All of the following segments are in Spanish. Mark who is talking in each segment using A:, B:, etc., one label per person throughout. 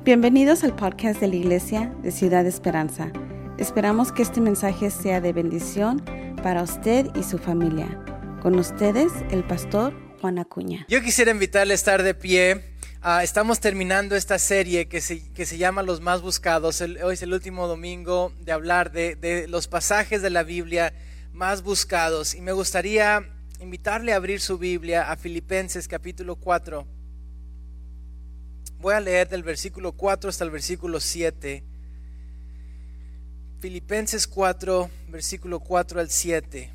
A: Bienvenidos al podcast de la Iglesia de Ciudad Esperanza. Esperamos que este mensaje sea de bendición para usted y su familia. Con ustedes, el pastor Juan Acuña.
B: Yo quisiera invitarle a estar de pie. Estamos terminando esta serie que se llama Los Más Buscados. Hoy es el último domingo de hablar de los pasajes de la Biblia más buscados. Y me gustaría invitarle a abrir su Biblia a Filipenses capítulo 4. Voy a leer del versículo 4 hasta el versículo 7. Filipenses 4, versículo 4 al 7.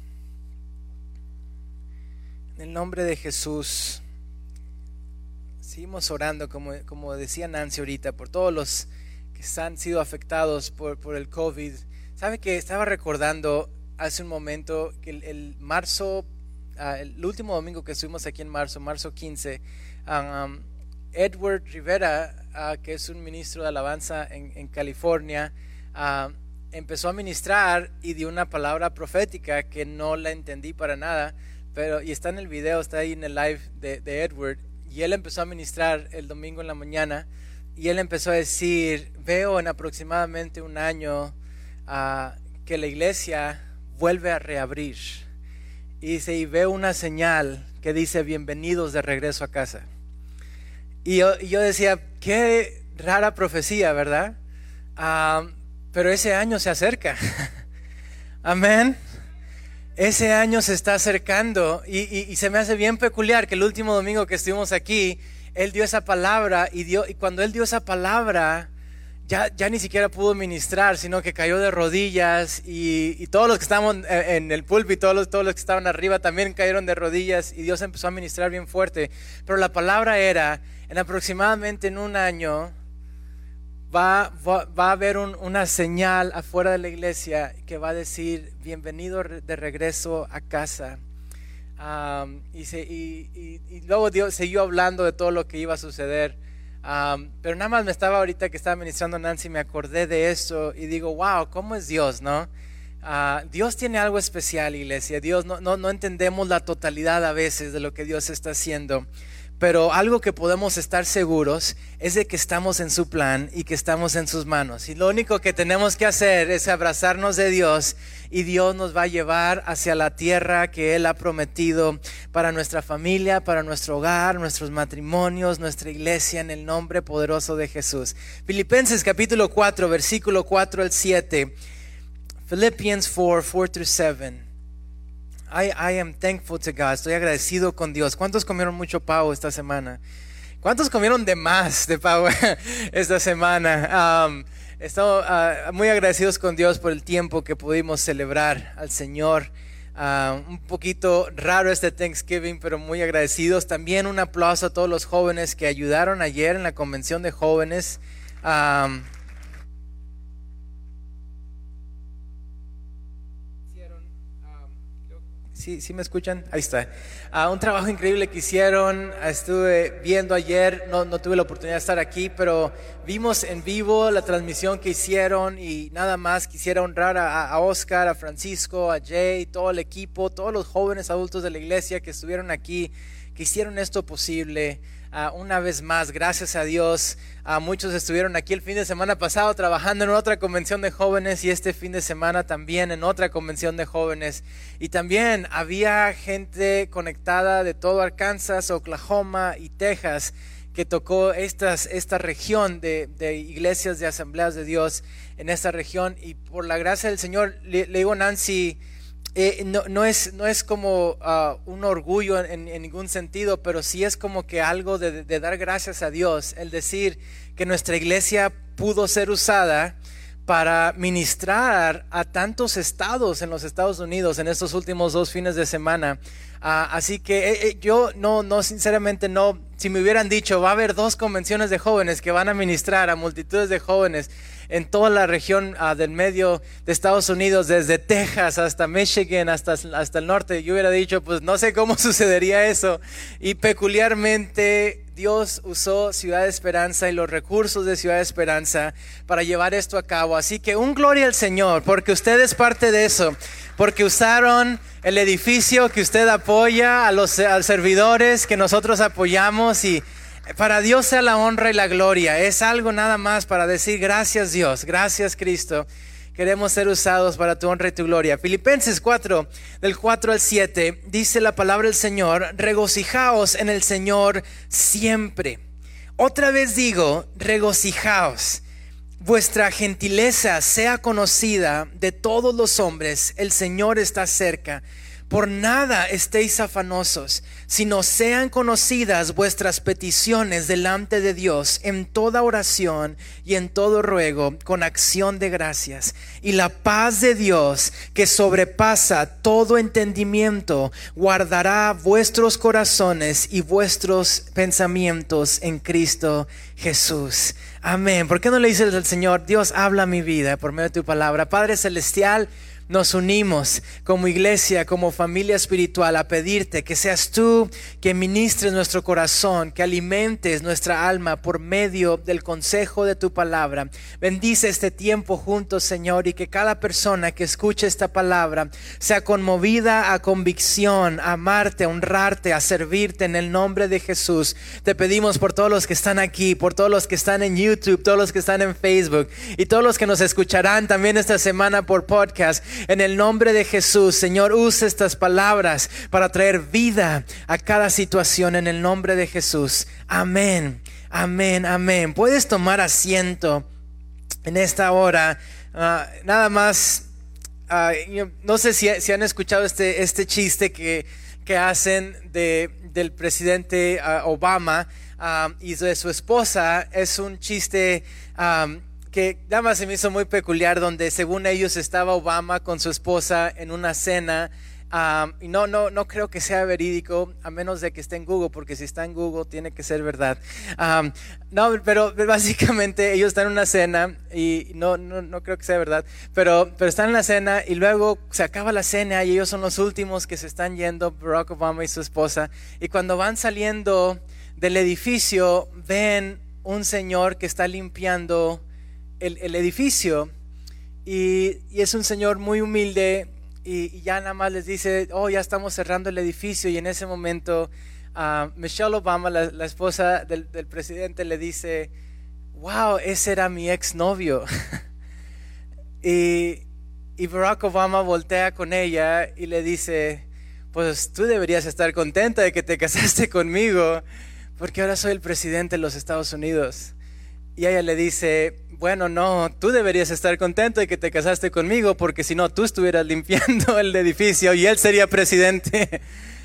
B: En el nombre de Jesús. Seguimos orando, como decía Nancy ahorita, por todos los que han sido afectados por el COVID. ¿Sabe que estaba recordando hace un momento que el marzo, el último domingo que estuvimos aquí en marzo 15, Edward Rivera, que es un ministro de alabanza en California, empezó a ministrar y dio una palabra profética que no la entendí para nada, y está en el video, está ahí en el live de Edward, y él empezó a ministrar el domingo en la mañana, y él empezó a decir: veo en aproximadamente un año que la iglesia vuelve a reabrir, y veo una señal que dice: bienvenidos de regreso a casa. Y yo decía, qué rara profecía, ¿verdad? Pero ese año se acerca. Amén. Ese año se está acercando y se me hace bien peculiar que el último domingo que estuvimos aquí, él dio esa palabra y cuando él dio esa palabra, ya ni siquiera pudo ministrar, sino que cayó de rodillas y todos los que estaban en el púlpito, todos los que estaban arriba también cayeron de rodillas y Dios empezó a ministrar bien fuerte. Pero la palabra era: en aproximadamente en un año va a haber una señal afuera de la iglesia que va a decir: bienvenido de regreso a casa. Y luego Dios siguió hablando de todo lo que iba a suceder. Pero nada más ahorita que estaba ministrando Nancy, me acordé de eso y digo: wow, ¿cómo es Dios, no? Dios tiene algo especial, iglesia. Dios no entendemos la totalidad a veces de lo que Dios está haciendo. Pero algo que podemos estar seguros es de que estamos en su plan y que estamos en sus manos. Y lo único que tenemos que hacer es abrazarnos de Dios y Dios nos va a llevar hacia la tierra que Él ha prometido para nuestra familia, para nuestro hogar, nuestros matrimonios, nuestra iglesia, en el nombre poderoso de Jesús. Filipenses capítulo 4, versículo 4 al 7. Philippians 4 through 7. I am thankful to God. Estoy agradecido con Dios. ¿Cuántos comieron mucho pavo esta semana? ¿Cuántos comieron de más de pavo esta semana? Estamos muy agradecidos con Dios por el tiempo que pudimos celebrar al Señor. Un poquito raro este Thanksgiving, pero muy agradecidos. También un aplauso a todos los jóvenes que ayudaron ayer en la convención de jóvenes. ¿Sí me escuchan? Ahí está. Un trabajo increíble que hicieron. Estuve viendo ayer, no tuve la oportunidad de estar aquí, pero vimos en vivo la transmisión que hicieron y nada más quisiera honrar a Oscar, a Francisco, a Jay, todo el equipo, todos los jóvenes adultos de la iglesia que estuvieron aquí, que hicieron esto posible. Una vez más, gracias a Dios. Muchos estuvieron aquí el fin de semana pasado trabajando en otra convención de jóvenes y este fin de semana también en otra convención de jóvenes. Y también había gente conectada de todo Arkansas, Oklahoma y Texas que tocó esta región de iglesias, de asambleas de Dios en esta región. Y por la gracia del Señor, le digo a Nancy, no es como un orgullo en ningún sentido, pero sí es como que algo de dar gracias a Dios, el decir que nuestra iglesia pudo ser usada para ministrar a tantos estados en los Estados Unidos en estos últimos 2 fines de semana. Así que yo sinceramente no, si me hubieran dicho va a haber 2 convenciones de jóvenes que van a ministrar a multitudes de jóvenes en toda la región del medio de Estados Unidos, desde Texas hasta Michigan, hasta el norte, yo hubiera dicho, pues no sé cómo sucedería eso. Y peculiarmente Dios usó Ciudad de Esperanza y los recursos de Ciudad de Esperanza para llevar esto a cabo. Así que un gloria al Señor, porque usted es parte de eso, porque usaron el edificio que usted apoya, a los servidores que nosotros apoyamos, y Para Dios sea la honra y la gloria. Es algo nada más para decir gracias Dios, gracias Cristo. Queremos ser usados para tu honra y tu gloria. Filipenses 4, del 4 al 7, dice la palabra del Señor: regocijaos en el Señor siempre. Otra vez digo, regocijaos. Vuestra gentileza sea conocida de todos los hombres. El Señor está cerca. Por nada estéis afanosos, sino sean conocidas vuestras peticiones delante de Dios en toda oración y en todo ruego con acción de gracias. Y la paz de Dios, que sobrepasa todo entendimiento, guardará vuestros corazones y vuestros pensamientos en Cristo Jesús. Amén. ¿Por qué no le dices al Señor: Dios, habla mi vida por medio de tu palabra? Padre celestial, nos unimos como iglesia, como familia espiritual, a pedirte que seas tú que ministres nuestro corazón, que alimentes nuestra alma por medio del consejo de tu palabra. Bendice este tiempo juntos, Señor, y que cada persona que escuche esta palabra sea conmovida a convicción, a amarte, a honrarte, a servirte en el nombre de Jesús. Te pedimos por todos los que están aquí, por todos los que están en YouTube, todos los que están en Facebook y todos los que nos escucharán también esta semana por podcast. En el nombre de Jesús, Señor, usa estas palabras para traer vida a cada situación en el nombre de Jesús. Amén, amén, amén. Puedes tomar asiento en esta hora. Nada más, no sé si han escuchado este chiste que hacen del presidente Obama y de su esposa. Es un chiste que nada más se me hizo muy peculiar, donde según ellos estaba Obama con su esposa en una cena, y no creo que sea verídico, a menos de que esté en Google, porque si está en Google tiene que ser verdad. No, pero básicamente ellos están en una cena y no creo que sea verdad, pero están en la cena y luego se acaba la cena y ellos son los últimos que se están yendo, Barack Obama y su esposa, y cuando van saliendo del edificio ven un señor que está limpiando el edificio, y es un señor muy humilde, y ya nada más les dice: oh, ya estamos cerrando el edificio. Y en ese momento Michelle Obama, la esposa del presidente, le dice: wow, ese era mi exnovio. y Barack Obama voltea con ella y le dice: pues tú deberías estar contenta de que te casaste conmigo, porque ahora soy el presidente de los Estados Unidos. Y ella le dice: bueno, no, tú deberías estar contento de que te casaste conmigo, porque si no, tú estuvieras limpiando el edificio y él sería presidente.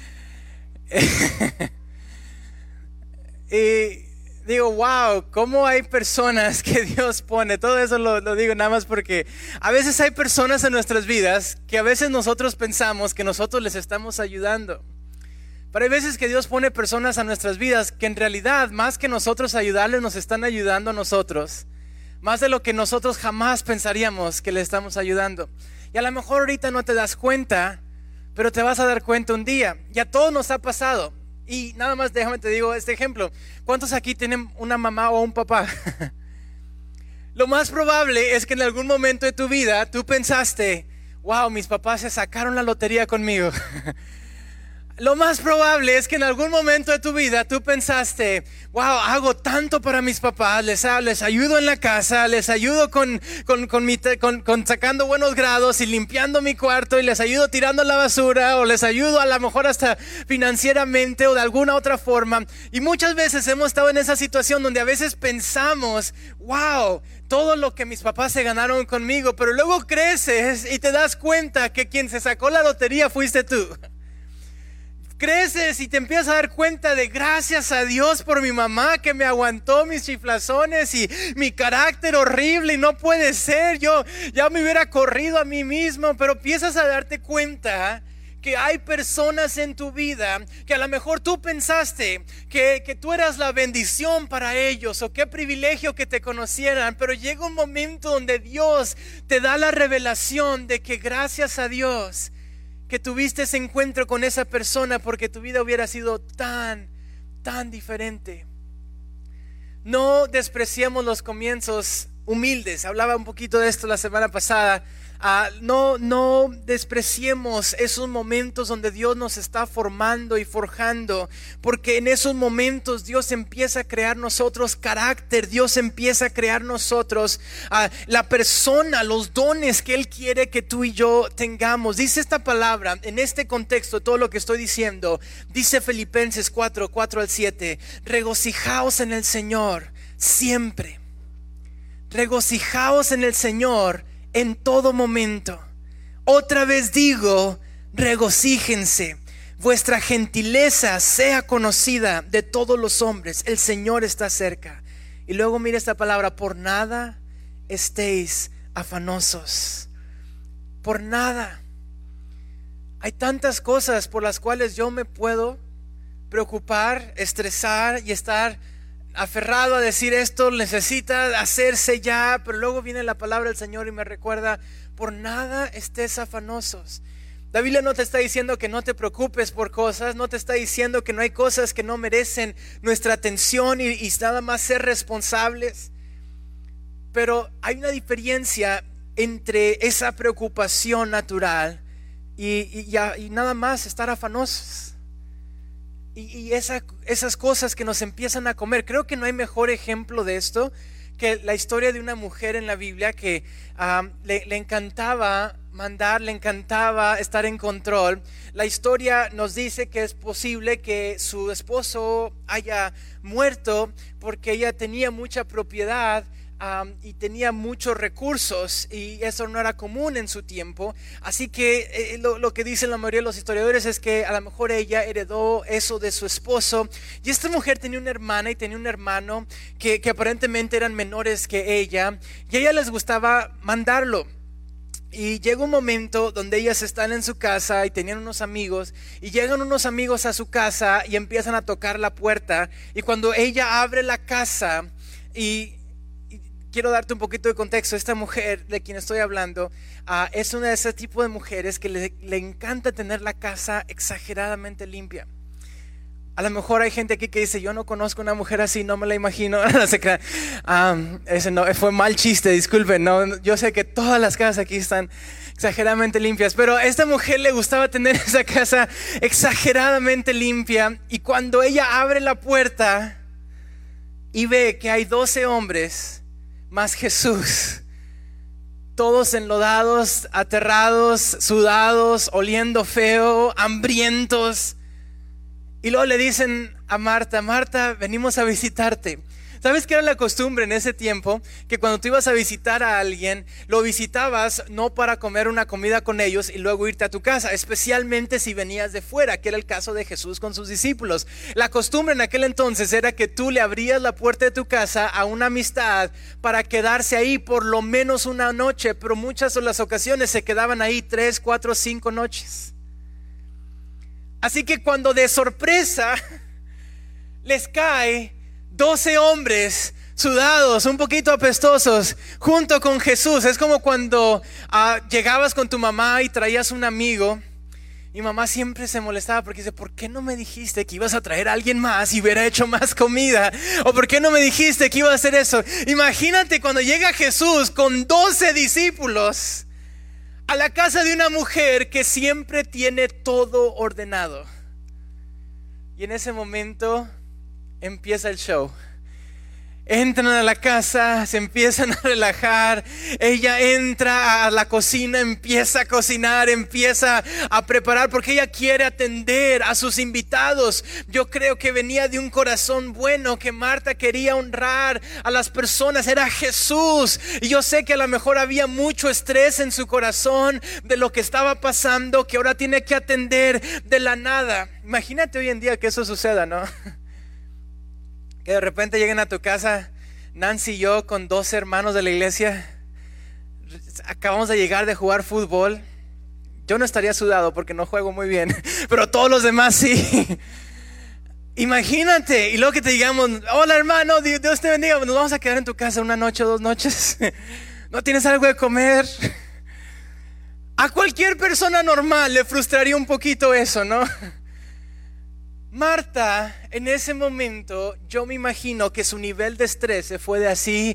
B: Y digo, wow, cómo hay personas que Dios pone. Todo eso lo digo nada más porque a veces hay personas en nuestras vidas que a veces nosotros pensamos que nosotros les estamos ayudando. Pero hay veces que Dios pone personas a nuestras vidas que en realidad, más que nosotros ayudarles, nos están ayudando a nosotros. Más de lo que nosotros jamás pensaríamos que le estamos ayudando. Y a lo mejor ahorita no te das cuenta, pero te vas a dar cuenta un día. Y a todos nos ha pasado. Y nada más déjame te digo este ejemplo. ¿Cuántos aquí tienen una mamá o un papá? Lo más probable es que en algún momento de tu vida tú pensaste: wow, mis papás se sacaron la lotería conmigo. Lo más probable es que en algún momento de tu vida tú pensaste: wow, hago tanto para mis papás, les ayudo en la casa, les ayudo con sacando buenos grados y limpiando mi cuarto, y les ayudo tirando la basura, o les ayudo a lo mejor hasta financieramente o de alguna otra forma. Y muchas veces hemos estado en esa situación donde a veces pensamos: wow, todo lo que mis papás se ganaron conmigo. Pero luego creces y te das cuenta que quien se sacó la lotería fuiste tú. Creces y te empiezas a dar cuenta de: gracias a Dios por mi mamá que me aguantó mis chiflazones y mi carácter horrible, y no puede ser, yo ya me hubiera corrido a mí mismo. Pero empiezas a darte cuenta que hay personas en tu vida que a lo mejor tú pensaste que tú eras la bendición para ellos, o qué privilegio que te conocieran. Pero llega un momento donde Dios te da la revelación de que gracias a Dios que tuviste ese encuentro con esa persona, porque tu vida hubiera sido tan diferente. No despreciemos los comienzos humildes. Hablaba un poquito de esto la semana pasada. No despreciemos esos momentos donde Dios nos está formando y forjando, porque en esos momentos Dios empieza a crear nosotros carácter, Dios empieza a crear nosotros la persona, los dones que Él quiere que tú y yo tengamos. Dice esta palabra, en este contexto, todo lo que estoy diciendo, dice Filipenses 4:4-7, regocijaos en el Señor siempre, regocijaos en el Señor en todo momento. Otra vez digo, regocíjense. Vuestra gentileza sea conocida de todos los hombres. El Señor está cerca. Y luego mira esta palabra, por nada estéis afanosos. Por nada. Hay tantas cosas por las cuales yo me puedo preocupar, estresar y estar aferrado a decir esto necesita hacerse ya, pero luego viene la palabra del Señor y me recuerda, por nada estés afanosos. La Biblia no te está diciendo que no te preocupes por cosas, no te está diciendo que no hay cosas que no merecen nuestra atención y nada más ser responsables, pero hay una diferencia entre esa preocupación natural y nada más estar afanosos. Y esas cosas que nos empiezan a comer. Creo que no hay mejor ejemplo de esto que la historia de una mujer en la Biblia que le encantaba mandar, le encantaba estar en control. La historia nos dice que es posible que su esposo haya muerto porque ella tenía mucha propiedad y tenía muchos recursos, y eso no era común en su tiempo. Así que lo que dicen la mayoría de los historiadores es que a lo mejor ella heredó eso de su esposo, y esta mujer tenía una hermana y tenía un hermano que aparentemente eran menores que ella, y a ella les gustaba mandarlo. Y llega un momento donde ellas están en su casa y tenían unos amigos, y llegan unos amigos a su casa y empiezan a tocar la puerta, y cuando ella abre la casa, y quiero darte un poquito de contexto, esta mujer de quien estoy hablando es una de ese tipo de mujeres que le encanta tener la casa exageradamente limpia. A lo mejor hay gente aquí que dice, yo no conozco una mujer así, no me la imagino. Ese no, fue mal chiste, disculpen. No, yo sé que todas las casas aquí están exageradamente limpias, pero a esta mujer le gustaba tener esa casa exageradamente limpia, y cuando ella abre la puerta y ve que hay 12 hombres más Jesús, todos enlodados, aterrados, sudados, oliendo feo, hambrientos, y luego le dicen a Marta, Marta, venimos a visitarte. ¿Sabes qué era la costumbre en ese tiempo? Que cuando tú ibas a visitar a alguien, lo visitabas no para comer una comida con ellos y luego irte a tu casa, especialmente si venías de fuera, que era el caso de Jesús con sus discípulos. La costumbre en aquel entonces era que tú le abrías la puerta de tu casa a una amistad para quedarse ahí por lo menos una noche, pero muchas de las ocasiones se quedaban ahí 3, 4, 5 noches. Así que cuando de sorpresa les cae 12 hombres sudados, un poquito apestosos, junto con Jesús. Es como cuando llegabas con tu mamá y traías un amigo, y mamá siempre se molestaba porque dice, ¿por qué no me dijiste que ibas a traer a alguien más y hubiera hecho más comida? ¿O por qué no me dijiste que iba a hacer eso? Imagínate cuando llega Jesús con 12 discípulos a la casa de una mujer que siempre tiene todo ordenado. Y en ese momento empieza el show. Entran a la casa, se empiezan a relajar. Ella entra a la cocina, empieza a cocinar, empieza a preparar, porque ella quiere atender a sus invitados. Yo creo que venía de un corazón bueno, que Marta quería honrar a las personas. Era Jesús, y yo sé que a lo mejor había mucho estrés en su corazón de lo que estaba pasando, que ahora tiene que atender de la nada. Imagínate hoy en día que eso suceda, ¿no? Que de repente lleguen a tu casa, Nancy y yo con 12 hermanos de la iglesia, acabamos de llegar de jugar fútbol. Yo no estaría sudado porque no juego muy bien, pero todos los demás sí. Imagínate, y luego que te digamos, hola hermano, Dios te bendiga, nos vamos a quedar en tu casa una noche o 2 noches. ¿No tienes algo de comer? A cualquier persona normal le frustraría un poquito eso, ¿no? Marta, en ese momento, yo me imagino que su nivel de estrés se fue de así.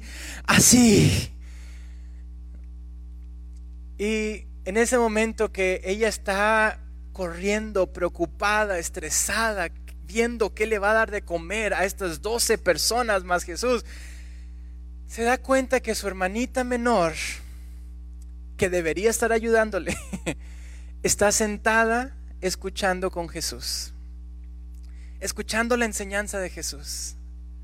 B: Y en ese momento que ella está corriendo, preocupada, estresada, viendo qué le va a dar de comer a estas 12 personas más Jesús, se da cuenta que su hermanita menor, que debería estar ayudándole, está sentada escuchando con Jesús, escuchando la enseñanza de Jesús.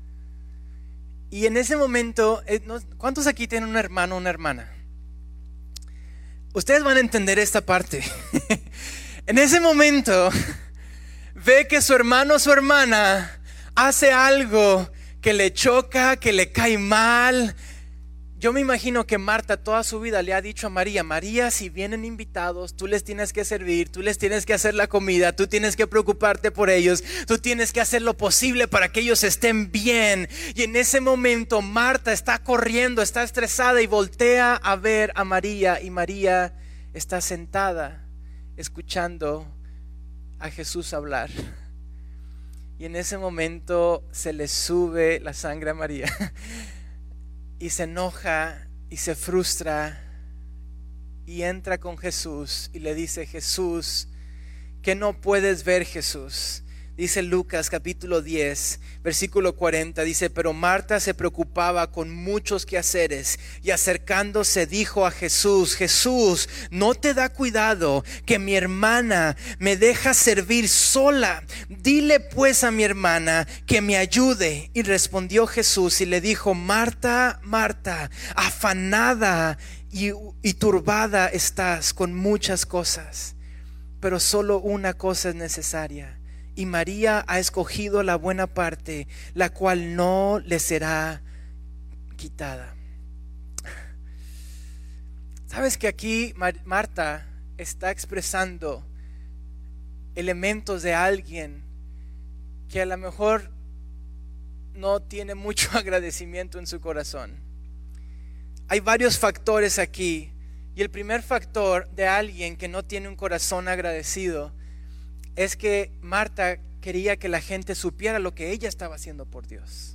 B: Y en ese momento, ¿cuántos aquí tienen un hermano o una hermana? Ustedes van a entender esta parte. En ese momento ve que su hermano o su hermana hace algo que le choca, que le cae mal. Yo me imagino que Marta toda su vida le ha dicho a María: María, si vienen invitados, tú les tienes que servir, tú les tienes que hacer la comida, tú tienes que preocuparte por ellos, tú tienes que hacer lo posible para que ellos estén bien. Y en ese momento Marta está corriendo, está estresada y voltea a ver a María, y María está sentada escuchando a Jesús hablar. Y en ese momento se le sube la sangre a María y se enoja y se frustra y entra con Jesús y le dice: Jesús, ¿qué no puedes ver, Jesús? Dice Lucas capítulo 10 versículo 40, dice: pero Marta se preocupaba con muchos quehaceres y acercándose dijo a Jesús: Jesús, ¿no te da cuidado que mi hermana me deja servir sola? Dile pues a mi hermana que me ayude. Y respondió Jesús y le dijo: Marta, Marta, afanada y turbada estás con muchas cosas, pero solo una cosa es necesaria. Y María ha escogido la buena parte, la cual no le será quitada. ¿Sabes que aquí Marta está expresando elementos de alguien que a lo mejor no tiene mucho agradecimiento en su corazón? Hay varios factores aquí, y el primer factor de alguien que no tiene un corazón agradecido es que Marta quería que la gente supiera lo que ella estaba haciendo por Dios.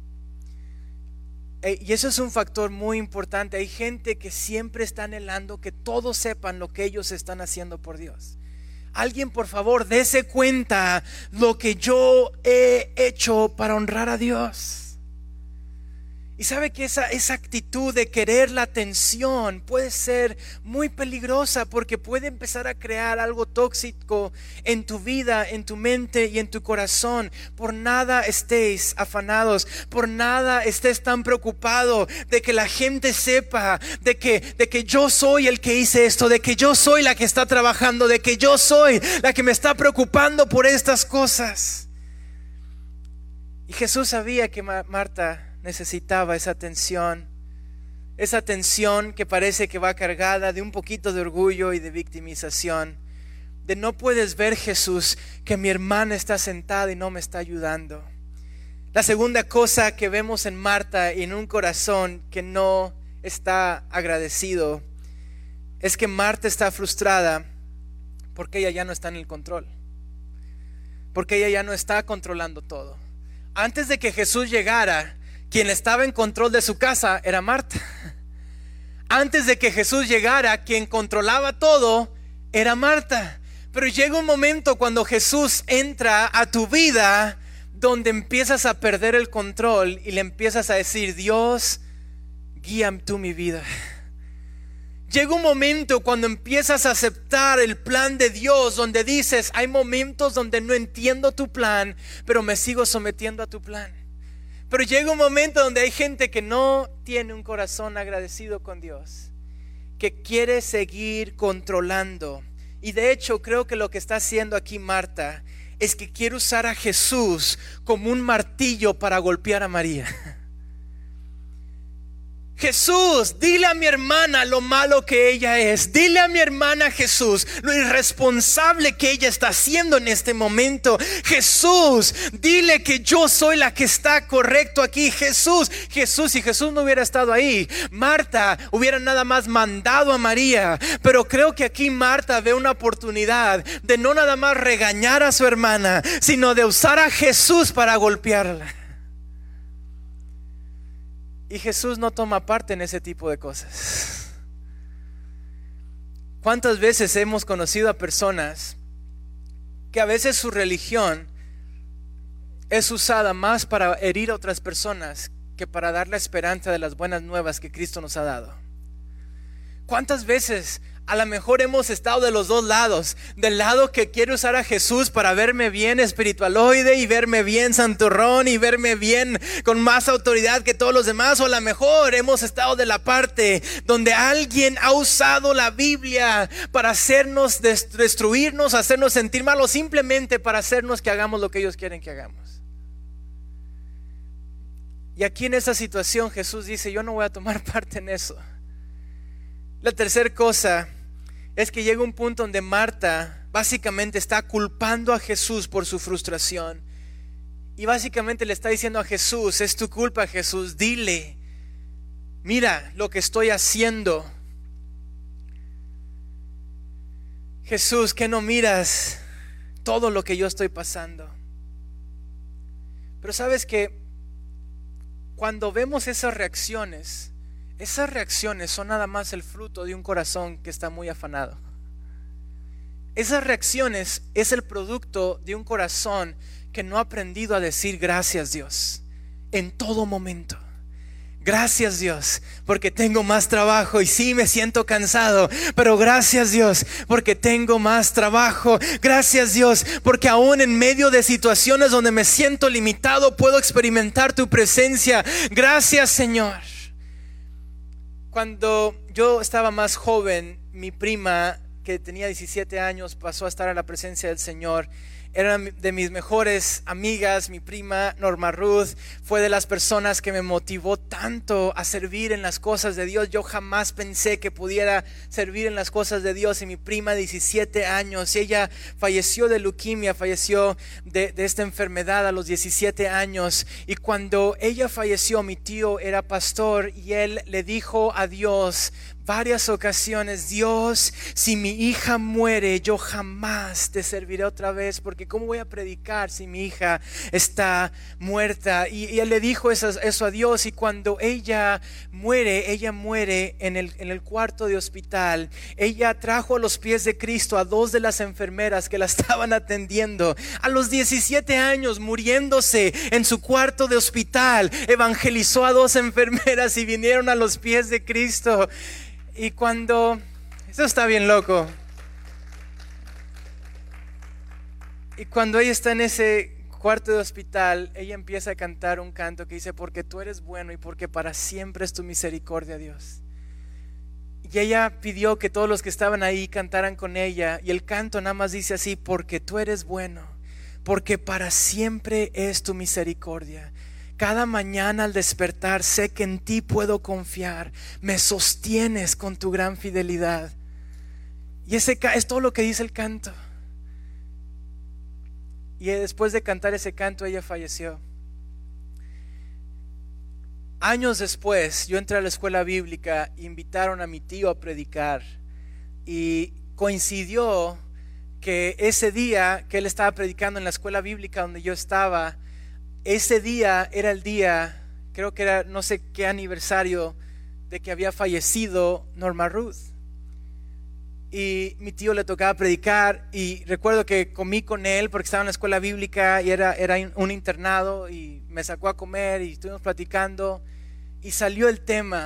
B: Y eso es un factor muy importante. Hay gente que siempre está anhelando que todos sepan lo que ellos están haciendo por Dios. Alguien, por favor, dése cuenta lo que yo he hecho para honrar a Dios. Y sabe que esa actitud de querer la atención puede ser muy peligrosa, porque puede empezar a crear algo tóxico en tu vida, en tu mente y en tu corazón. Por nada estéis afanados, por nada estés tan preocupado de que la gente sepa de que yo soy el que hice esto, de que yo soy la que está trabajando, de que yo soy la que me está preocupando por estas cosas. Y Jesús sabía que Marta necesitaba esa atención que parece que va cargada de un poquito de orgullo y de victimización, de: no puedes ver, Jesús, que mi hermana está sentada y no me está ayudando. La segunda cosa que vemos en Marta y en un corazón que no está agradecido es que Marta está frustrada porque ella ya no está en el control, porque ella ya no está controlando todo. Antes de que Jesús llegara, quien estaba en control de su casa era Marta. Antes de que Jesús llegara, quien controlaba todo era Marta. Pero llega un momento cuando Jesús entra a tu vida donde empiezas a perder el control y le empiezas a decir: Dios, guía tú mi vida. Llega un momento cuando empiezas a aceptar el plan de Dios, donde dices: hay momentos donde no entiendo tu plan, pero me sigo sometiendo a tu plan. Pero llega un momento donde hay gente que no tiene un corazón agradecido con Dios, que quiere seguir controlando. Y de hecho creo que lo que está haciendo aquí Marta es que quiere usar a Jesús como un martillo para golpear a María. Jesús, dile a mi hermana lo malo que ella es. Dile a mi hermana, Jesús, lo irresponsable que ella está haciendo en este momento. Jesús, dile que yo soy la que está correcto aquí. Jesús, si Jesús no hubiera estado ahí, Marta hubiera nada más mandado a María. Pero creo que aquí Marta ve una oportunidad de no nada más regañar a su hermana, sino de usar a Jesús para golpearla. Y Jesús no toma parte en ese tipo de cosas. ¿Cuántas veces hemos conocido a personas que a veces su religión es usada más para herir a otras personas que para dar la esperanza de las buenas nuevas que Cristo nos ha dado? ¿Cuántas veces a lo mejor hemos estado de los dos lados? Del lado que quiere usar a Jesús para verme bien espiritualoide y verme bien santurrón y verme bien con más autoridad que todos los demás. O a lo mejor hemos estado de la parte donde alguien ha usado la Biblia para hacernos destruirnos, hacernos sentir mal, o simplemente para hacernos que hagamos lo que ellos quieren que hagamos. Y aquí en esta situación Jesús dice: yo no voy a tomar parte en eso. La tercera cosa es que llega un punto donde Marta básicamente está culpando a Jesús por su frustración. Y básicamente le está diciendo a Jesús: es tu culpa, Jesús, dile, mira lo que estoy haciendo. Jesús, ¿que no miras todo lo que yo estoy pasando? Pero sabes que cuando vemos esas reacciones son nada más el fruto de un corazón que está muy afanado. Esas reacciones es el producto de un corazón que no ha aprendido a decir gracias, Dios, en todo momento. Gracias, Dios, porque tengo más trabajo y sí me siento cansado, pero gracias, Dios, porque tengo más trabajo. Gracias, Dios, porque aún en medio de situaciones donde me siento limitado puedo experimentar tu presencia. Gracias, Señor. Cuando yo estaba más joven, mi prima, que tenía 17 años, pasó a estar en la presencia del Señor. Era de mis mejores amigas. Mi prima Norma Ruth fue de las personas que me motivó tanto a servir en las cosas de Dios. Yo jamás pensé que pudiera servir en las cosas de Dios. Y mi prima, 17 años, y ella falleció de leucemia, falleció de esta enfermedad a los 17 años. Y cuando ella falleció, mi tío era pastor y él le dijo a Dios varias ocasiones: Dios, si mi hija muere, yo jamás te serviré otra vez, porque ¿cómo voy a predicar si mi hija está muerta? Y él le dijo eso a Dios. Y cuando ella muere en el cuarto de hospital, ella trajo a los pies de Cristo a 2 de las enfermeras que la estaban atendiendo. A los 17 años, muriéndose en su cuarto de hospital, evangelizó a 2 enfermeras y vinieron a los pies de Cristo. Y cuando, eso está bien loco, y cuando ella está en ese cuarto de hospital, ella empieza a cantar un canto que dice: porque tú eres bueno y porque para siempre es tu misericordia, Dios. Y ella pidió que todos los que estaban ahí cantaran con ella, y el canto nada más dice así: porque tú eres bueno, porque para siempre es tu misericordia. Cada mañana al despertar sé que en ti puedo confiar, me sostienes con tu gran fidelidad. Y ese es todo lo que dice el canto. Y después de cantar ese canto, ella falleció. Años después, yo entré a la escuela bíblica, invitaron a mi tío a predicar, y coincidió que ese día que él estaba predicando en la escuela bíblica donde yo estaba, ese día era el día, creo que era no sé qué aniversario de que había fallecido Norma Ruth. Y mi tío le tocaba predicar, y recuerdo que comí con él porque estaba en la escuela bíblica y era un internado, y me sacó a comer y estuvimos platicando y salió el tema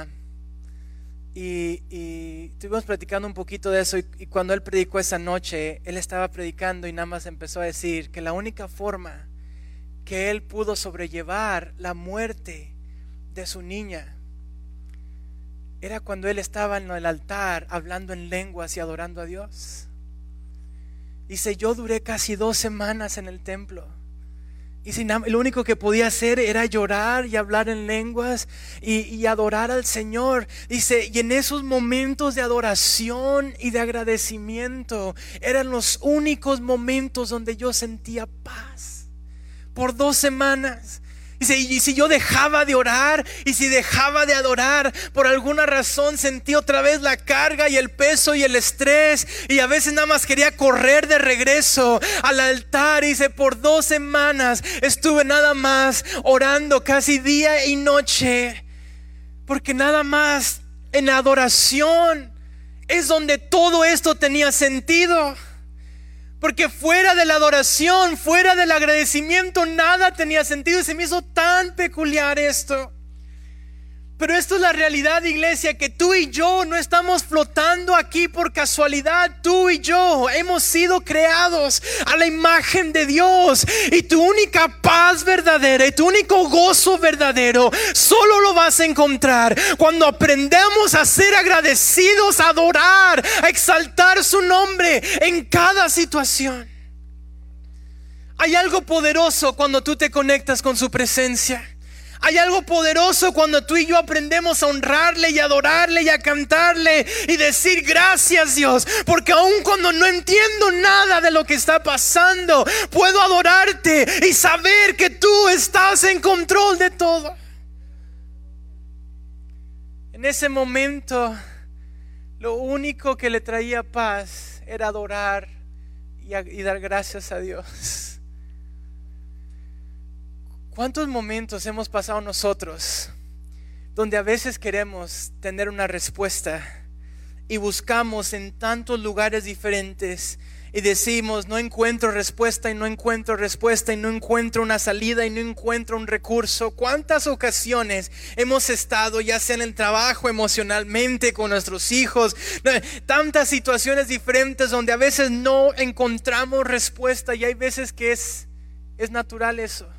B: y estuvimos platicando un poquito de eso. Y cuando él predicó esa noche, él estaba predicando y nada más empezó a decir que la única forma que él pudo sobrellevar la muerte de su niña era cuando él estaba en el altar hablando en lenguas y adorando a Dios. Dice: yo duré casi 2 semanas en el templo Y lo único que podía hacer era llorar y hablar en lenguas y adorar al Señor. Dice, y en esos momentos de adoración y de agradecimiento eran los únicos momentos donde yo sentía paz. Por 2 semanas. Dice, y si yo dejaba de orar y si dejaba de adorar, por alguna razón sentí otra vez la carga y el peso y el estrés, y a veces nada más quería correr de regreso al altar. Y dice, por 2 semanas estuve nada más orando casi día y noche, porque nada más en adoración es donde todo esto tenía sentido. Porque fuera de la adoración, fuera del agradecimiento, nada tenía sentido. Y se me hizo tan peculiar esto. Pero esto es la realidad, iglesia, que tú y yo no estamos flotando aquí por casualidad. Tú y yo hemos sido creados a la imagen de Dios. Y tu única paz verdadera y tu único gozo verdadero solo lo vas a encontrar cuando aprendemos a ser agradecidos, a adorar, a exaltar su nombre en cada situación. Hay algo poderoso cuando tú te conectas con su presencia. Hay algo poderoso cuando tú y yo aprendemos a honrarle y adorarle y a cantarle y decir gracias, Dios, porque aun cuando no entiendo nada de lo que está pasando, puedo adorarte y saber que tú estás en control de todo. En ese momento, lo único que le traía paz era adorar y dar gracias a Dios. ¿Cuántos momentos hemos pasado nosotros donde a veces queremos tener una respuesta y buscamos en tantos lugares diferentes y decimos, no encuentro respuesta y no encuentro respuesta y no encuentro una salida y no encuentro un recurso? ¿Cuántas ocasiones hemos estado, ya sea en el trabajo, emocionalmente, con nuestros hijos, tantas situaciones diferentes donde a veces no encontramos respuesta? Y hay veces que es natural eso.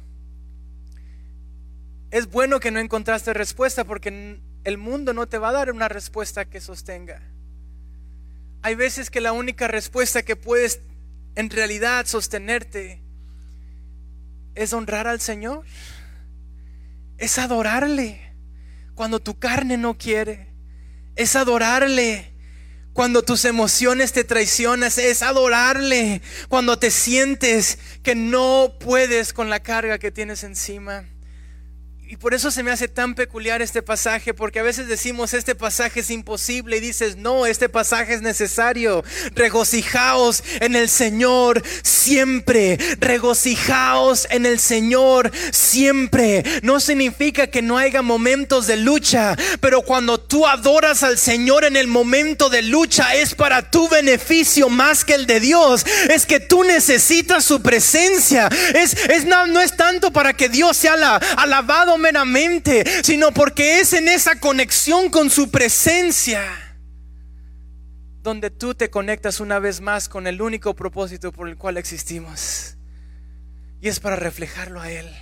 B: Es bueno que no encontraste respuesta, porque el mundo no te va a dar una respuesta que sostenga. Hay veces que la única respuesta que puedes en realidad sostenerte es honrar al Señor, es adorarle cuando tu carne no quiere, es adorarle cuando tus emociones te traicionan, es adorarle cuando te sientes que no puedes con la carga que tienes encima. Y por eso se me hace tan peculiar este pasaje, porque a veces decimos, este pasaje es imposible, y dices, no, este pasaje es necesario. Regocijaos en el Señor siempre. Regocijaos en el Señor siempre. No significa que no haya momentos de lucha, pero cuando tú adoras al Señor en el momento de lucha, es para tu beneficio más que el de Dios. Es que tú necesitas su presencia. No es tanto para que Dios sea alabado meramente, sino porque es en esa conexión con su presencia donde tú te conectas una vez más con el único propósito por el cual existimos, y es para reflejarlo a Él.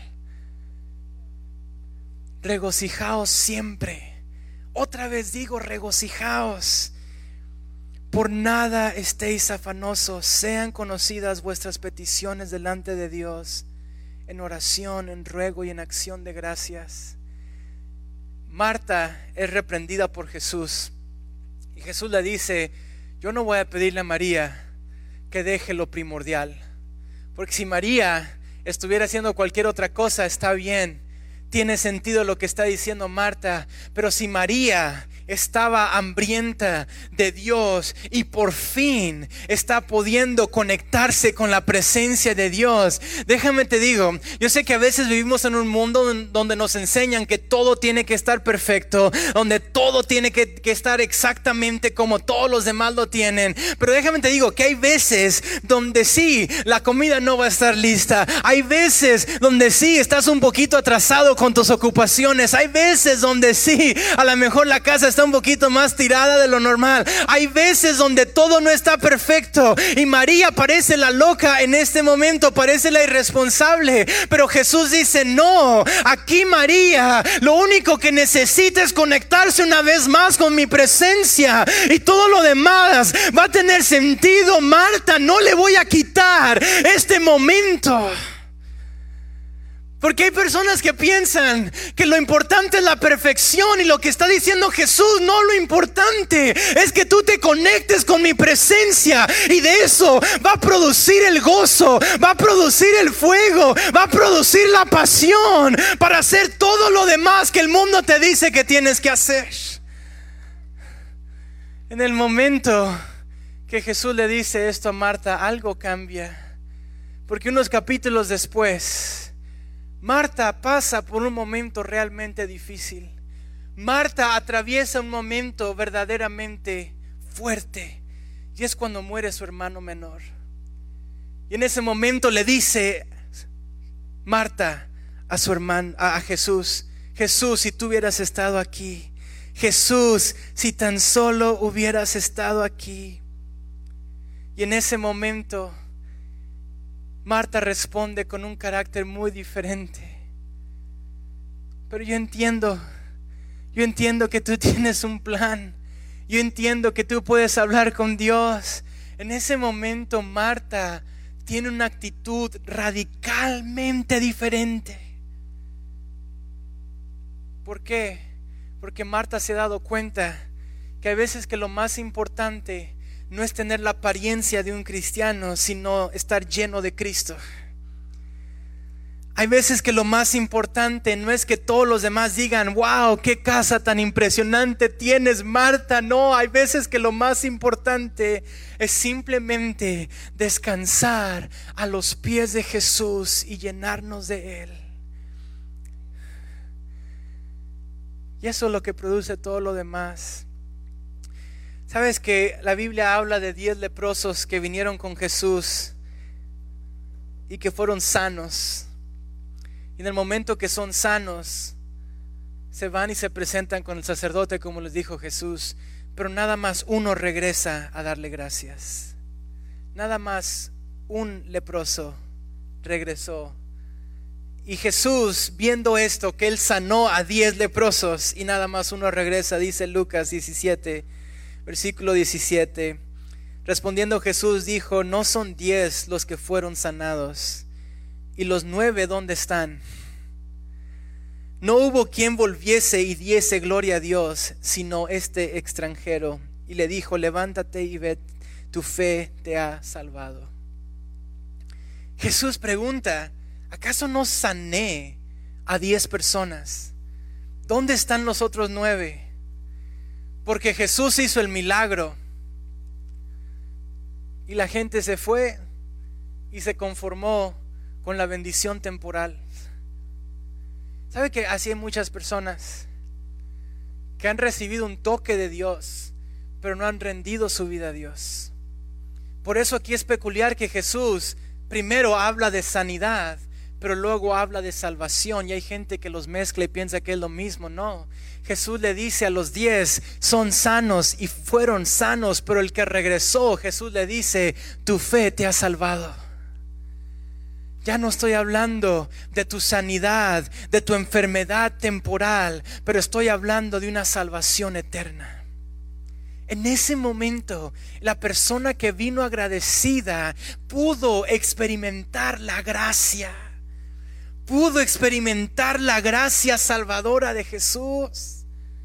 B: Regocijaos siempre. Otra vez digo, regocijaos. Por nada estéis afanosos, sean conocidas vuestras peticiones delante de Dios en oración, en ruego y en acción de gracias. Marta es reprendida por Jesús, y Jesús le dice, yo no voy a pedirle a María que deje lo primordial, porque si María estuviera haciendo cualquier otra cosa, está bien, tiene sentido lo que está diciendo Marta. Pero si María estaba hambrienta de Dios y por fin está pudiendo conectarse con la presencia de Dios, déjame te digo, yo sé que a veces vivimos en un mundo donde nos enseñan que todo tiene que estar perfecto, donde todo tiene que estar exactamente como todos los demás lo tienen. Pero déjame te digo que hay veces donde sí, la comida no va a estar lista. Hay veces donde sí, estás un poquito atrasado con tus ocupaciones. Hay veces donde sí, a lo mejor la casa está un poquito más tirada de lo normal. Hay veces donde todo no está perfecto, y María parece la loca en este momento, parece la irresponsable. Pero Jesús dice, no, aquí María lo único que necesita es conectarse una vez más con mi presencia, y todo lo demás va a tener sentido. Marta, no le voy a quitar este momento. Porque hay personas que piensan que lo importante es la perfección, y lo que está diciendo Jesús, no, lo importante es que tú te conectes con mi presencia, y de eso va a producir el gozo, va a producir el fuego, va a producir la pasión para hacer todo lo demás que el mundo te dice que tienes que hacer. En el momento que Jesús le dice esto a Marta, algo cambia, porque unos capítulos después Marta pasa por un momento realmente difícil. Marta atraviesa un momento verdaderamente fuerte, y es cuando muere su hermano menor. Y en ese momento le dice Marta a su hermano, a Jesús: Jesús, si tú hubieras estado aquí. Jesús, si tan solo hubieras estado aquí. Y en ese momento Marta responde con un carácter muy diferente. Pero yo entiendo que tú tienes un plan. Yo entiendo que tú puedes hablar con Dios. En ese momento Marta tiene una actitud radicalmente diferente. ¿Por qué? Porque Marta se ha dado cuenta que hay veces que lo más importante no es tener la apariencia de un cristiano, sino estar lleno de Cristo. Hay veces que lo más importante no es que todos los demás digan: wow, qué casa tan impresionante tienes, Marta. No, hay veces que lo más importante es simplemente descansar a los pies de Jesús y llenarnos de Él. Y eso es lo que produce todo lo demás. ¿Sabes que la Biblia habla de 10 leprosos que vinieron con Jesús y que fueron sanos? Y en el momento que son sanos, se van y se presentan con el sacerdote, como les dijo Jesús. Pero nada más uno regresa a darle gracias. Nada más un leproso regresó. Y Jesús, viendo esto, que Él sanó a 10 leprosos y nada más uno regresa, dice Lucas 17, versículo 17. Respondiendo Jesús dijo: no son 10 los que fueron sanados, ¿y los 9 dónde están? No hubo quien volviese y diese gloria a Dios, sino este extranjero. Y le dijo: levántate y ve, tu fe te ha salvado. Jesús pregunta: ¿acaso no sané a 10 personas? ¿Dónde están los otros 9? Porque Jesús hizo el milagro y la gente se fue y se conformó con la bendición temporal. ¿Sabe que así hay muchas personas que han recibido un toque de Dios, pero no han rendido su vida a Dios? Por eso aquí es peculiar que Jesús primero habla de sanidad, pero luego habla de salvación, y hay gente que los mezcla y piensa que es lo mismo. No, Jesús le dice a los 10: son sanos, y fueron sanos, pero el que regresó, Jesús le dice: tu fe te ha salvado. Ya no estoy hablando de tu sanidad, de tu enfermedad temporal, pero estoy hablando de una salvación eterna. En ese momento, la persona que vino agradecida pudo experimentar la gracia. Pudo experimentar la gracia salvadora de Jesús.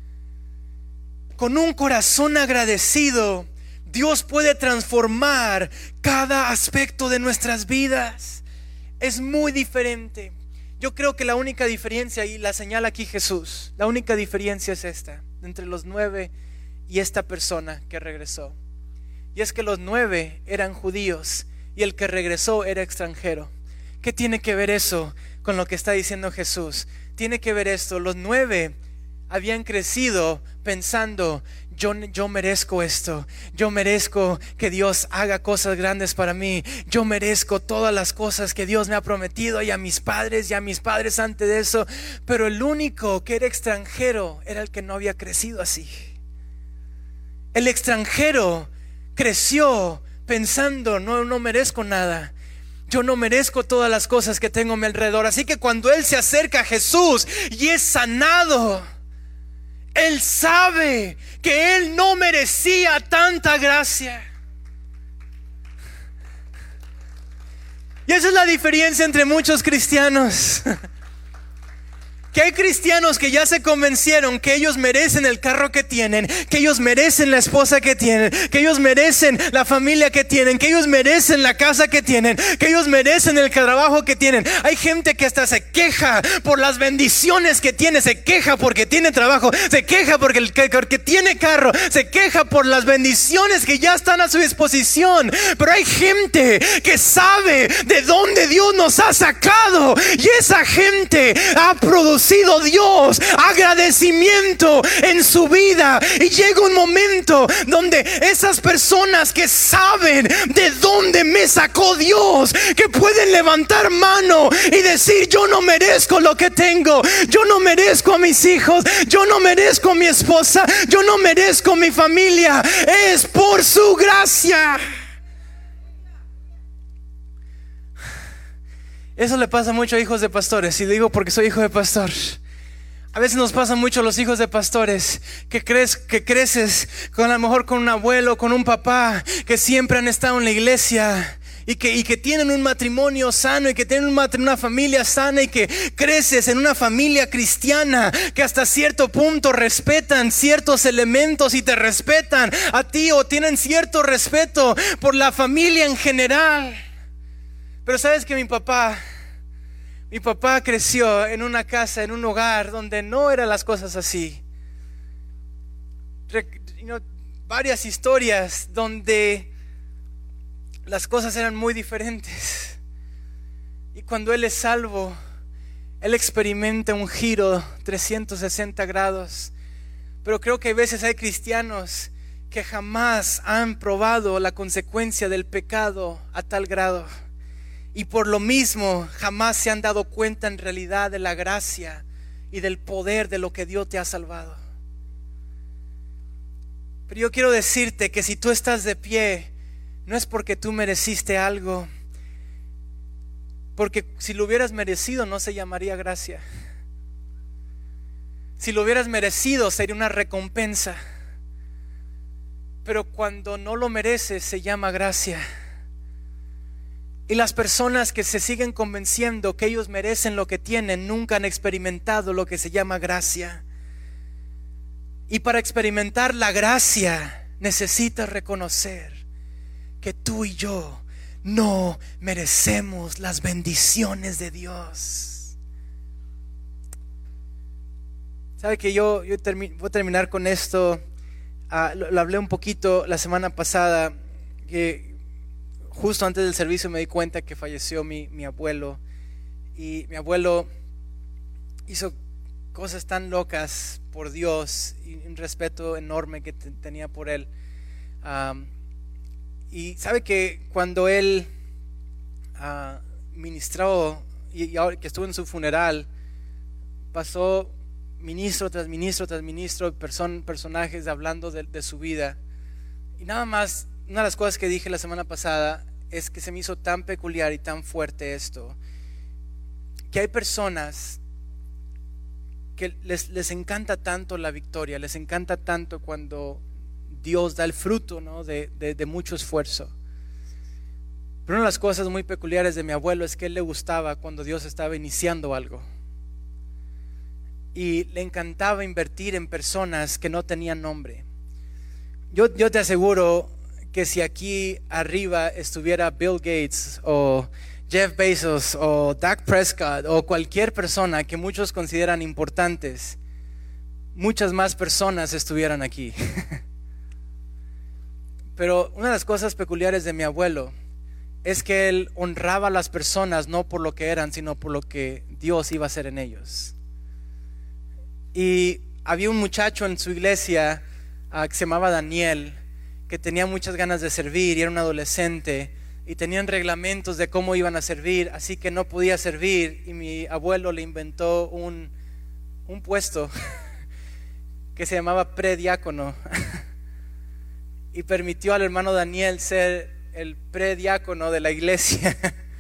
B: Con un corazón agradecido, Dios puede transformar cada aspecto de nuestras vidas. Es muy diferente. Yo creo que la única diferencia, y la señala aquí Jesús, la única diferencia es esta, entre los 9 y esta persona que regresó. Y es que los 9 eran judíos y el que regresó era extranjero. ¿Qué tiene que ver eso con lo que está diciendo Jesús? Tiene que ver esto: los 9 habían crecido pensando: yo merezco esto, yo merezco que Dios haga cosas grandes para mí, yo merezco todas las cosas que Dios me ha prometido, y a mis padres antes de eso. Pero el único que era extranjero era el que no había crecido así. El extranjero creció pensando: no merezco nada, yo no merezco todas las cosas que tengo a mi alrededor. Así que cuando él se acerca a Jesús y es sanado, él sabe que él no merecía tanta gracia. Y esa es la diferencia entre muchos cristianos. Que hay cristianos que ya se convencieron que ellos merecen el carro que tienen, que ellos merecen la esposa que tienen, que ellos merecen la familia que tienen, que ellos merecen la casa que tienen, que ellos merecen el trabajo que tienen. Hay gente que hasta se queja por las bendiciones que tiene, se queja porque tiene trabajo, se queja porque tiene carro, se queja por las bendiciones que ya están a su disposición. Pero hay gente que sabe de dónde Dios nos ha sacado, y esa gente ha producido Dios agradecimiento en su vida. Y llega un momento donde esas personas que saben de dónde me sacó Dios, que pueden levantar mano y decir: yo no merezco lo que tengo, yo no merezco a mis hijos, yo no merezco a mi esposa, yo no merezco mi familia, es por su gracia. Eso le pasa mucho a hijos de pastores, y digo porque soy hijo de pastor. A veces nos pasa mucho a los hijos de pastores que creces con, a lo mejor con un abuelo, con un papá que siempre han estado en la iglesia, y que tienen un matrimonio sano, y que tienen una familia sana, y que creces en una familia cristiana que hasta cierto punto respetan ciertos elementos y te respetan a ti, o tienen cierto respeto por la familia en general. Pero sabes que mi papá creció en una casa, en un hogar donde no eran las cosas así. Varias historias donde las cosas eran muy diferentes. Y cuando él es salvo, él experimenta un giro 360 grados. Pero creo que a veces hay cristianos que jamás han probado la consecuencia del pecado a tal grado, y por lo mismo jamás se han dado cuenta en realidad de la gracia y del poder de lo que Dios te ha salvado. Pero yo quiero decirte que si tú estás de pie, no es porque tú mereciste algo, porque si lo hubieras merecido no se llamaría gracia. Si lo hubieras merecido sería una recompensa, pero cuando no lo mereces se llama gracia. Y las personas que se siguen convenciendo que ellos merecen lo que tienen nunca han experimentado lo que se llama gracia. Y para experimentar la gracia necesitas reconocer que tú y yo no merecemos las bendiciones de Dios. ¿Sabe que yo voy a terminar con esto? Lo hablé un poquito la semana pasada, que justo antes del servicio me di cuenta que falleció mi abuelo. Y mi abuelo hizo cosas tan locas por Dios, y un respeto enorme que tenía por él. Y sabe que cuando él ministró, y ahora que estuvo en su funeral, pasó ministro tras ministro tras ministro, personajes hablando de su vida. Y nada más, una de las cosas que dije la semana pasada es que se me hizo tan peculiar y tan fuerte esto, que hay personas que les encanta tanto la victoria, les encanta tanto cuando Dios da el fruto, ¿no? de mucho esfuerzo. Pero una de las cosas muy peculiares de mi abuelo es que a él le gustaba cuando Dios estaba iniciando algo, y le encantaba invertir en personas que no tenían nombre. Yo te aseguro que si aquí arriba estuviera Bill Gates o Jeff Bezos o Dak Prescott o cualquier persona que muchos consideran importantes, muchas más personas estuvieran aquí. Pero una de las cosas peculiares de mi abuelo es que él honraba a las personas no por lo que eran, sino por lo que Dios iba a hacer en ellos. Y había un muchacho en su iglesia que se llamaba Daniel, que tenía muchas ganas de servir, y era un adolescente, y tenían reglamentos de cómo iban a servir, así que no podía servir, y mi abuelo le inventó un puesto que se llamaba prediácono y permitió al hermano Daniel ser el prediácono de la iglesia.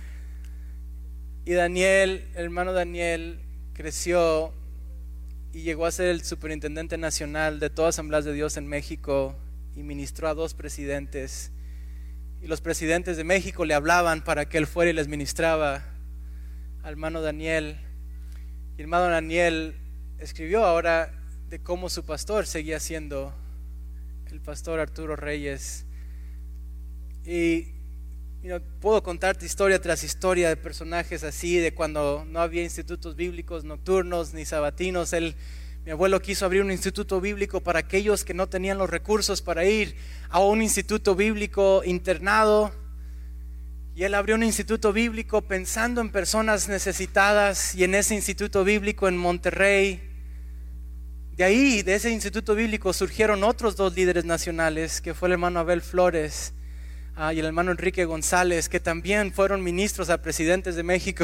B: Y el hermano Daniel creció y llegó a ser el superintendente nacional de todas las Asambleas de Dios en México, y ministró a 2 presidentes, y los presidentes de México le hablaban para que él fuera y les ministraba al hermano Daniel. Y Mi hermano Daniel escribió ahora de cómo su pastor seguía siendo el pastor Arturo Reyes. Y puedo contarte historia tras historia de personajes así, de cuando no había institutos bíblicos nocturnos ni sabatinos. Mi abuelo quiso abrir un instituto bíblico para aquellos que no tenían los recursos para ir a un instituto bíblico internado. Y él abrió un instituto bíblico pensando en personas necesitadas, y en ese instituto bíblico en Monterrey, de ese instituto bíblico surgieron otros 2 líderes nacionales, que fue el hermano Abel Flores y el hermano Enrique González, que también fueron ministros a presidentes de México.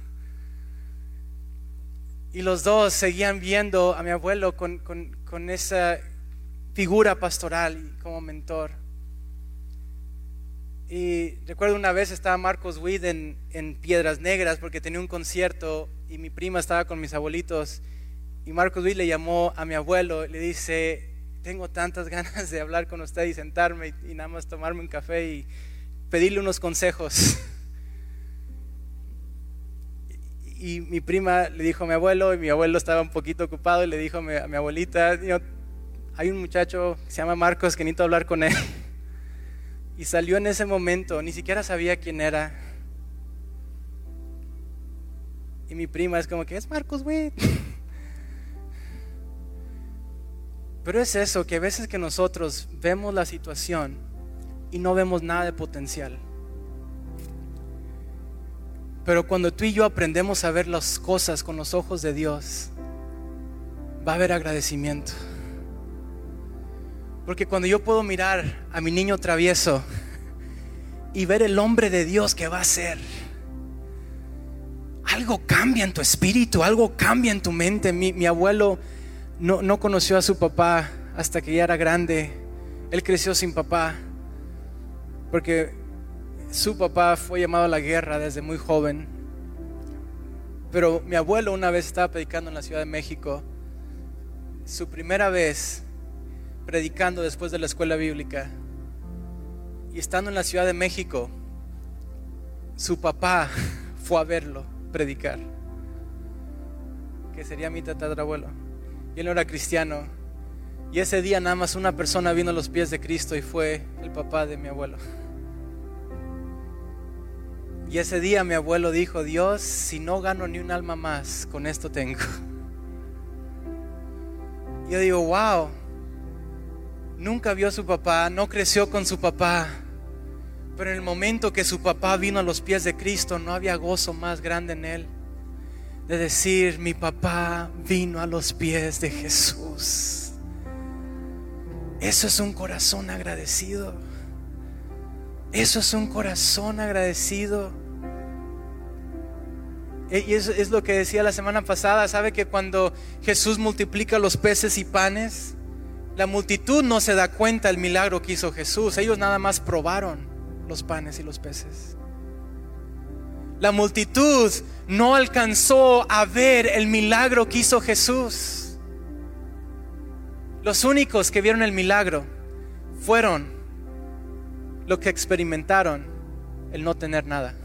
B: Y los dos seguían viendo a mi abuelo con esa figura pastoral como mentor. Y recuerdo una vez estaba Marcos Witt en Piedras Negras porque tenía un concierto, y mi prima estaba con mis abuelitos, y Marcos Witt le llamó a mi abuelo y le dice: tengo tantas ganas de hablar con usted y sentarme y nada más tomarme un café y pedirle unos consejos. Y mi prima le dijo a mi abuelo, y mi abuelo estaba un poquito ocupado, y le dijo a mi abuelita: hay un muchacho que se llama Marcos que necesito hablar con él. Y salió en ese momento, ni siquiera sabía quién era. Y mi prima es como que: es Marcos Witt. Pero es eso, que a veces que nosotros vemos la situación y no vemos nada de potencial. Pero cuando tú y yo aprendemos a ver las cosas con los ojos de Dios, va a haber agradecimiento. Porque cuando yo puedo mirar a mi niño travieso y ver el hombre de Dios que va a ser, algo cambia en tu espíritu, algo cambia en tu mente. Mi abuelo no conoció a su papá hasta que ya era grande. Él creció sin papá porque su papá fue llamado a la guerra desde muy joven. Pero mi abuelo una vez estaba predicando en la Ciudad de México, su primera vez predicando después de la escuela bíblica, y estando en la Ciudad de México, su papá fue a verlo predicar, que sería mi tatarabuelo, y él no era cristiano. Y ese día nada más una persona vino a los pies de Cristo, y fue el papá de mi abuelo. Y ese día mi abuelo dijo: Dios, si no gano ni un alma más, con esto tengo. Y yo digo: wow, nunca vio a su papá, no creció con su papá, pero en el momento que su papá vino a los pies de Cristo, no había gozo más grande en él de decir: mi papá vino a los pies de Jesús. Eso es un corazón agradecido. Eso es un corazón agradecido. Y eso es lo que decía la semana pasada. ¿Sabe que cuando Jesús multiplica los peces y panes, la multitud no se da cuenta del milagro que hizo Jesús? Ellos nada más probaron los panes y los peces. La multitud no alcanzó a ver el milagro que hizo Jesús. Los únicos que vieron el milagro fueron los que experimentaron el no tener nada.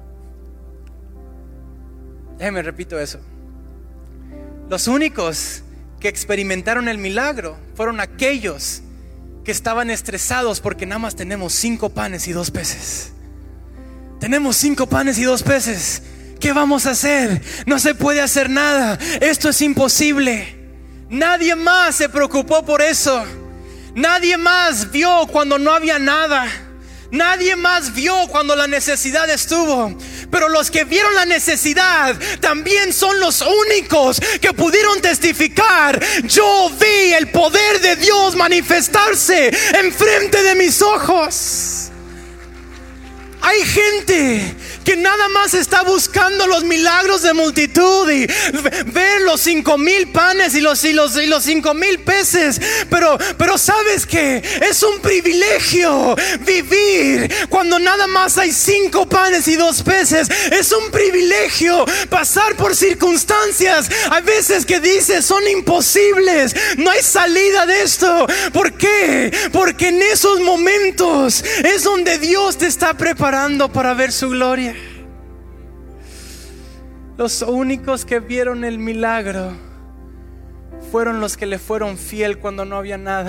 B: Déjeme repito eso. Los únicos que experimentaron el milagro fueron aquellos que estaban estresados porque nada más tenemos 5 panes y 2 peces. Tenemos 5 panes y 2 peces. ¿Qué vamos a hacer? No se puede hacer nada. Esto es imposible. Nadie más se preocupó por eso. Nadie más vio cuando no había nada. Nadie más vio cuando la necesidad estuvo. Pero los que vieron la necesidad también son los únicos que pudieron testificar: yo vi el poder de Dios manifestarse enfrente de mis ojos. Hay gente que nada más está buscando los milagros de multitud y ver los 5,000 panes y los 5,000 peces. Pero sabes que es un privilegio vivir cuando nada más hay 5 panes y 2 peces. Es un privilegio pasar por circunstancias a veces que dices son imposibles. No hay salida de esto. ¿Por qué? Porque en esos momentos es donde Dios te está preparando para ver su gloria. Los únicos que vieron el milagro fueron los que le fueron fiel cuando no había nada.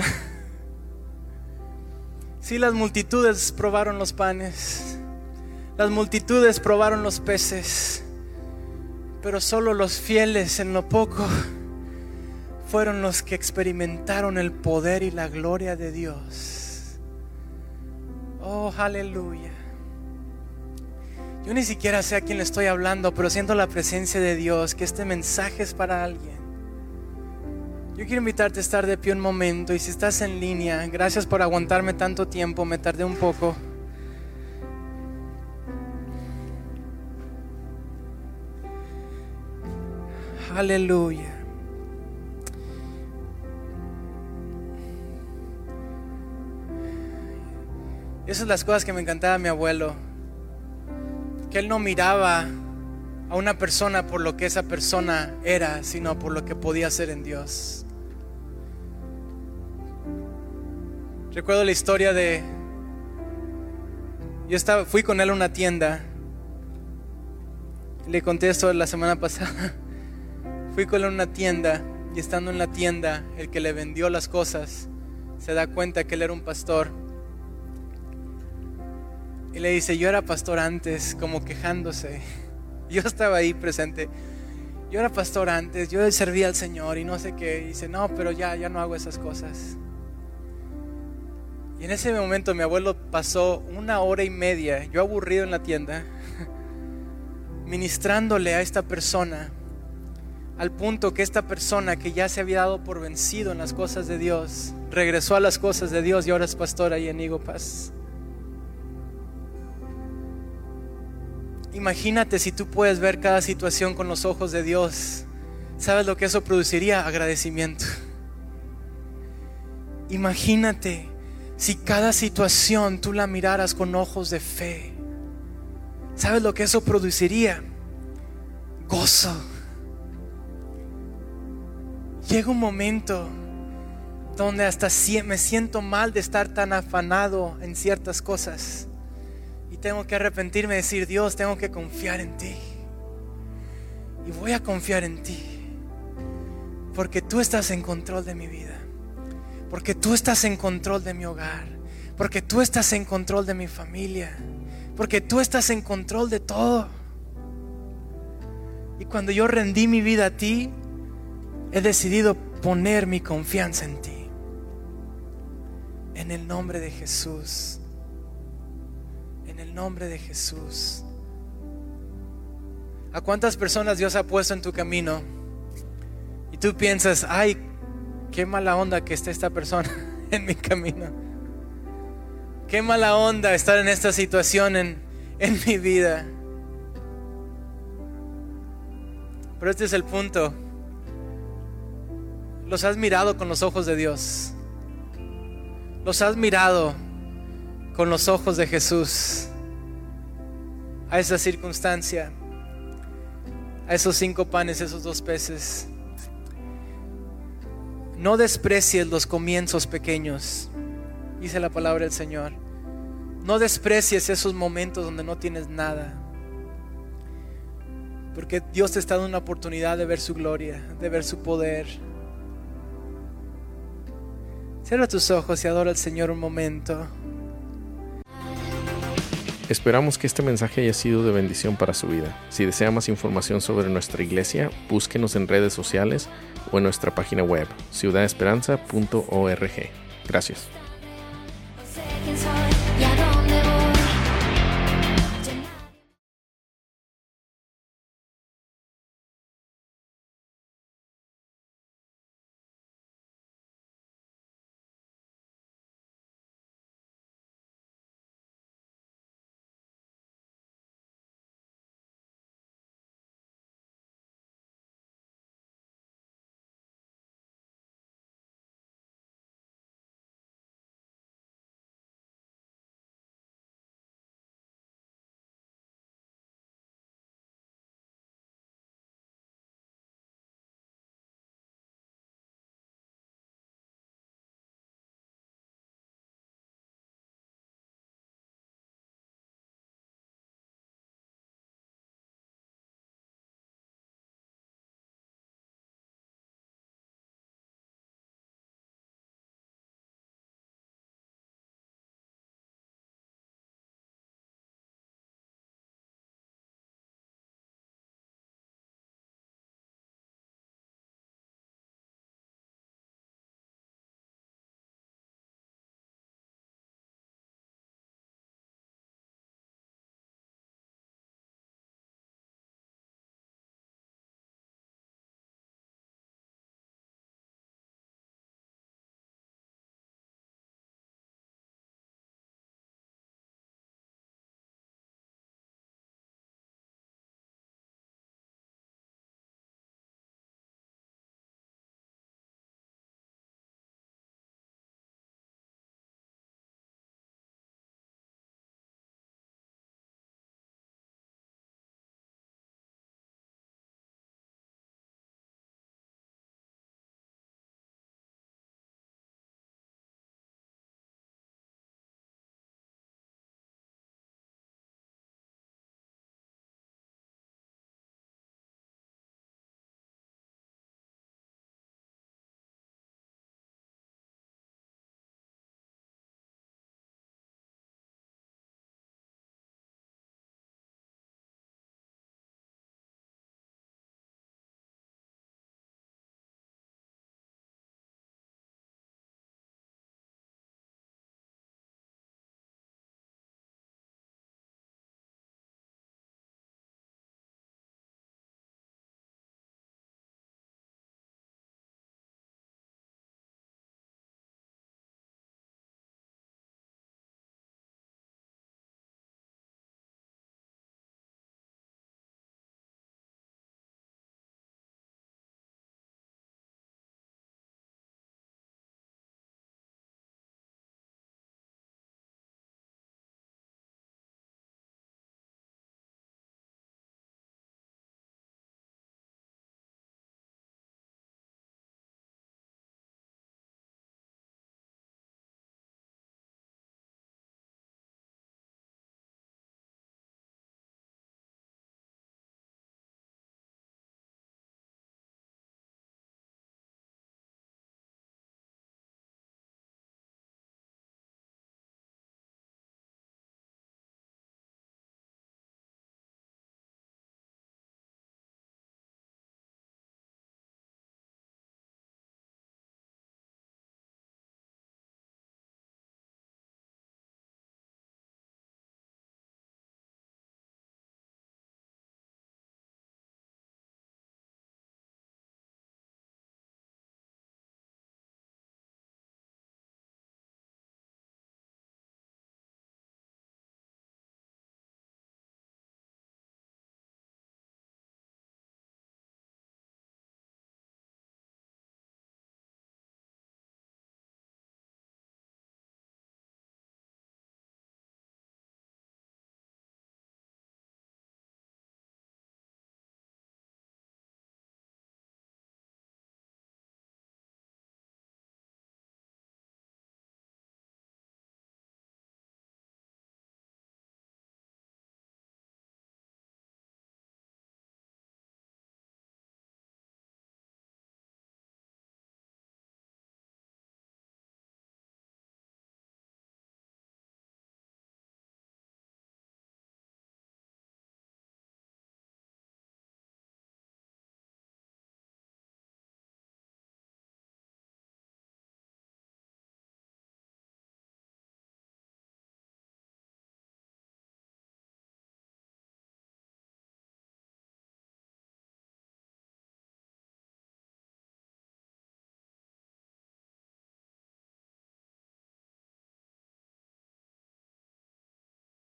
B: Sí, las multitudes probaron los panes, las multitudes probaron los peces, pero solo los fieles en lo poco fueron los que experimentaron el poder y la gloria de Dios. Oh, aleluya. Yo ni siquiera sé a quién le estoy hablando, pero siento la presencia de Dios, que este mensaje es para alguien. Yo quiero invitarte a estar de pie un momento, y si estás en línea, gracias por aguantarme tanto tiempo, me tardé un poco. Aleluya. Esas son las cosas que me encantaba mi abuelo, que él no miraba a una persona por lo que esa persona era, sino por lo que podía ser en Dios. Recuerdo la historia de... fui con él a una tienda. Le conté esto la semana pasada. Fui con él a una tienda, y estando en la tienda, el que le vendió las cosas se da cuenta que él era un pastor. Y le dice: yo era pastor antes, como quejándose. Yo estaba ahí presente. Yo era pastor antes, yo servía al Señor y no sé qué. Y dice: no, pero ya no hago esas cosas. Y en ese momento mi abuelo pasó 1 hora y media, yo aburrido en la tienda, ministrándole a esta persona, al punto que esta persona, que ya se había dado por vencido en las cosas de Dios, regresó a las cosas de Dios y ahora es pastor ahí en Eagle Pass. Imagínate si tú puedes ver cada situación con los ojos de Dios. ¿Sabes lo que eso produciría? Agradecimiento. Imagínate si cada situación tú la miraras con ojos de fe. ¿Sabes lo que eso produciría? Gozo. Llega un momento donde hasta me siento mal de estar tan afanado en ciertas cosas, y tengo que arrepentirme y decir: Dios, tengo que confiar en ti, y voy a confiar en ti, porque tú estás en control de mi vida, porque tú estás en control de mi hogar, porque tú estás en control de mi familia, porque tú estás en control de todo. Y cuando yo rendí mi vida a ti, he decidido poner mi confianza en ti. En el nombre de Jesús. En el nombre de Jesús. ¿A cuántas personas Dios ha puesto en tu camino? Y tú piensas: ay, qué mala onda que esté esta persona en mi camino. Qué mala onda estar en esta situación en mi vida. Pero este es el punto. Los has mirado con los ojos de Dios. Los has mirado con los ojos de Jesús a esa circunstancia, a esos 5 panes, esos 2 peces. No desprecies los comienzos pequeños, dice la palabra del Señor. No desprecies esos momentos donde no tienes nada, porque Dios te está dando una oportunidad de ver su gloria, de ver su poder. Cierra tus ojos y adora al Señor un momento.
C: Esperamos que este mensaje haya sido de bendición para su vida. Si desea más información sobre nuestra iglesia, búsquenos en redes sociales o en nuestra página web, ciudadesperanza.org. Gracias.